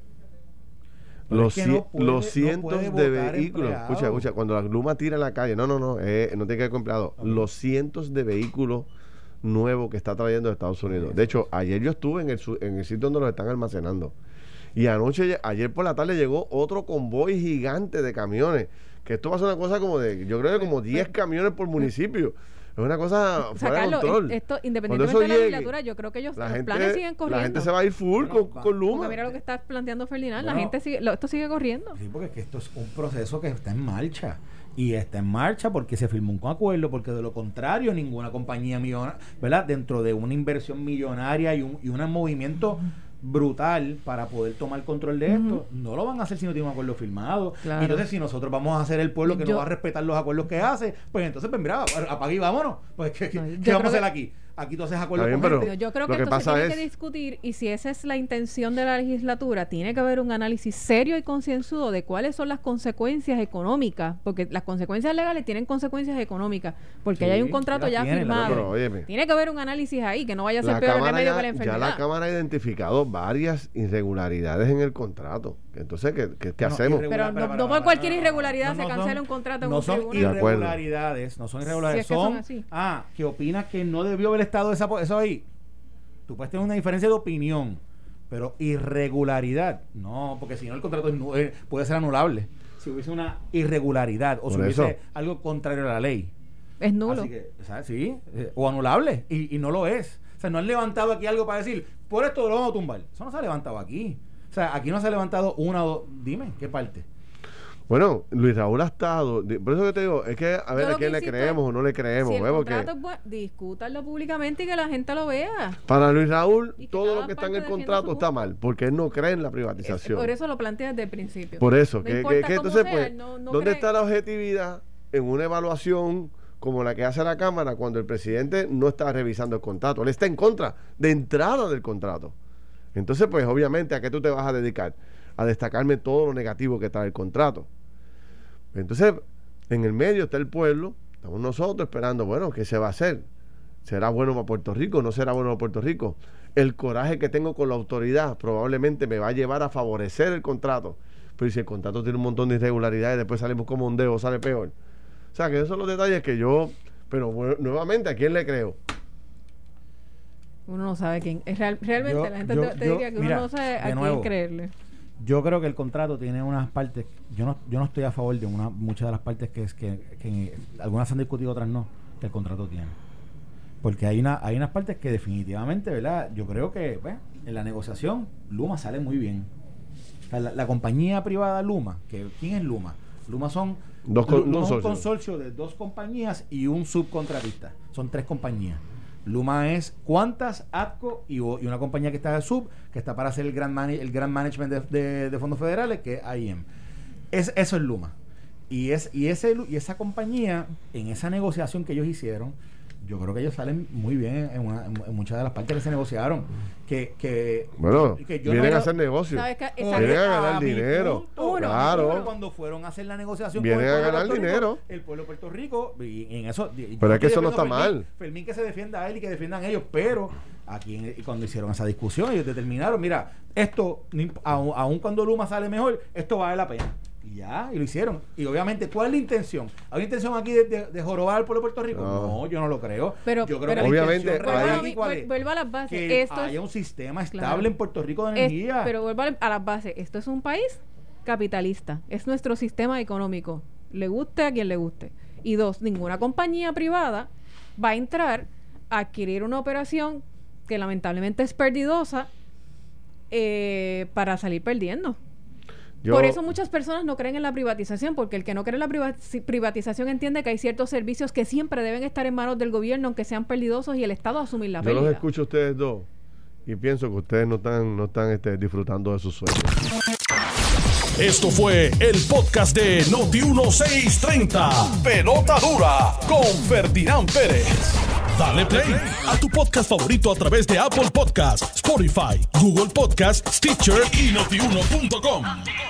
Pero los, es que no ci- puede- los no cientos puede de votar vehículos, empleados. escucha, escucha, cuando la Luma tira a la calle, no, no, no, eh, no tiene que ver con empleados, Ok. los cientos de vehículos nuevos que está trayendo de Estados Unidos. De hecho, ayer yo estuve en el, su- en el sitio donde los están almacenando. Y anoche, ayer por la tarde llegó otro convoy gigante de camiones. Que esto va a ser una cosa como de, yo creo que como diez camiones por municipio. Es una cosa O sea, fuera de Carlos, control. esto, Cuando independientemente eso de la llegue, legislatura, yo creo que ellos, la los gente, planes siguen corriendo. la gente se va a ir full Bueno, con, va. con Luma. Porque mira lo que está planteando Ferdinand, la Bueno. gente sigue, lo, esto sigue corriendo. Sí, porque es que esto es un proceso que está en marcha. Y está en marcha porque se firmó un acuerdo, porque de lo contrario, ninguna compañía millonaria, ¿verdad? Dentro de una inversión millonaria y un, y un movimiento brutal para poder tomar control de esto, Ujú. no lo van a hacer si no tiene un acuerdo firmado. Claro. Y entonces, si nosotros vamos a ser el pueblo que Yo- no va a respetar los acuerdos que hace, pues entonces, pues mira, apague y vámonos. Pues, ¿qué, qué- No, qué yo vamos a creo hacer que- aquí? Aquí tú haces acuerdos Está bien, con pero- gente. Yo creo que Lo que esto se pasa tiene es- que discutir y si esa es la intención de la legislatura, tiene que haber un análisis serio y concienzudo de cuáles son las consecuencias económicas, porque las consecuencias legales tienen consecuencias económicas, porque Sí, ya hay un sí contrato las ya tienen, las firmado. Pero, óyeme, Tiene que haber un análisis ahí, que no vaya a ser la peor el Cámara remedio ya, que la ya enfermedad. la Cámara ha identificado varias irregularidades en el contrato. Entonces, ¿qué, qué, qué No, hacemos? irregular- Pero para, no- para, no para, por para, cualquier no, no, irregularidad no, se no cancela son- un contrato en No un son tribunal. De acuerdo. irregularidades, no son irregularidades. Si es que son son, así. ah, que opinas que no debió haber estado esa, eso ahí. Tú puedes tener una diferencia de opinión, pero irregularidad, no, porque si no el contrato es nu- eh, puede ser anulable. Si hubiese una irregularidad o Por si hubiese eso. algo contrario a la ley. Es nulo. Así que, ¿sabes? Sí, eh, o anulable, y, y no lo es. O sea, no han levantado aquí algo para decir, por esto lo vamos a tumbar. Eso no se ha levantado aquí. O sea, aquí no se ha levantado una o dos. Dime, ¿qué parte? Bueno, Luis Raúl ha estado, di- por eso que te digo, es que a ver Yo a lo quién que le insisto creemos es, o no le creemos, si el ¿ves? Porque contrato es bueno, discútanlo públicamente y que la gente lo vea. para Luis Raúl Y que todo cada lo que está en parte el defienda contrato su está punto. mal, porque él no cree en la Eh, privatización. Por eso lo plantea desde el principio. Por eso, No que, que, importa que cómo entonces, sea, pues, no- no ¿dónde cree- está la objetividad en una evaluación como la que hace la Cámara cuando el presidente no está revisando el contrato? Él está en contra de entrada del contrato. Entonces, pues, obviamente, ¿a qué tú te vas a dedicar? A destacarme todo lo negativo que trae el contrato. Entonces, en el medio está el pueblo, estamos nosotros esperando, bueno, ¿qué se va a hacer? ¿Será bueno para Puerto Rico? ¿No será bueno para Puerto Rico? El coraje que tengo con la autoridad probablemente me va a llevar a favorecer el contrato, pero si el contrato tiene un montón de irregularidades, después salimos como un dedo, sale peor. O sea, que esos son los detalles que yo, pero bueno, nuevamente, ¿a quién le creo? Uno no sabe quién. Es real, realmente yo, la gente yo, te, te yo, diría que mira, uno no sabe a nuevo, quién creerle. Yo creo que el contrato tiene unas partes, yo no, yo no estoy a favor de una, muchas de las partes que es que, que algunas se han discutido, otras no, que el contrato tiene. Porque hay una hay unas partes que definitivamente, ¿verdad? Yo creo que pues, en la negociación Luma sale muy bien. O sea, la, la compañía privada Luma, que ¿quién es Luma? Luma son dos Luma con, es un consorcio de dos compañías y un subcontratista. Son tres compañías. Luma es Qantas, ATCO y, y una compañía que está de sub, que está para hacer el gran, man, el gran management de, de, de fondos federales, que es I M. Es, eso es Luma. Y, es, y, ese, y esa compañía, en esa negociación que ellos hicieron, yo creo que ellos salen muy bien en, una, en muchas de las partes que se negociaron. Que, que, bueno, que yo vienen no, a hacer negocios. Vienen a ganar a dinero. Punto, claro. Pero cuando fueron a hacer la negociación vienen con el a ganar Rico, dinero. el pueblo de Puerto Rico, y en eso. Pero es que eso no está Fermín, mal. Fermín que se defienda a él y que defiendan a ellos, pero aquí en, cuando hicieron esa discusión, ellos determinaron: mira, esto, aun, aun cuando Luma sale mejor, esto vale la pena. Y ya, y lo hicieron. Y obviamente, ¿cuál es la intención? ¿Hay una intención aquí de, de, de jorobar al pueblo de Puerto Rico? No, no yo no lo creo. Pero, yo creo pero que obviamente, vuelvo a las bases. Que esto haya es, un sistema estable claro, en Puerto Rico de energía. Es, pero vuelvo a las bases. Esto es un país capitalista. Es nuestro sistema económico. Le guste a quien le guste. Y dos, ninguna compañía privada va a entrar a adquirir una operación que lamentablemente es perdidosa eh, para salir perdiendo. Yo, Por eso muchas personas no creen en la privatización, porque el que no cree en la privatización entiende que hay ciertos servicios que siempre deben estar en manos del gobierno, aunque sean perdidosos, y el Estado asumir la yo pérdida. Yo los escucho a ustedes dos y pienso que ustedes no están, no están este, disfrutando de sus sueños. Esto fue el podcast de Noti dieciséis treinta. Pelota dura con Ferdinand Pérez. Dale play a tu podcast favorito a través de Apple Podcasts, Spotify, Google Podcasts, Stitcher y notiuno punto com.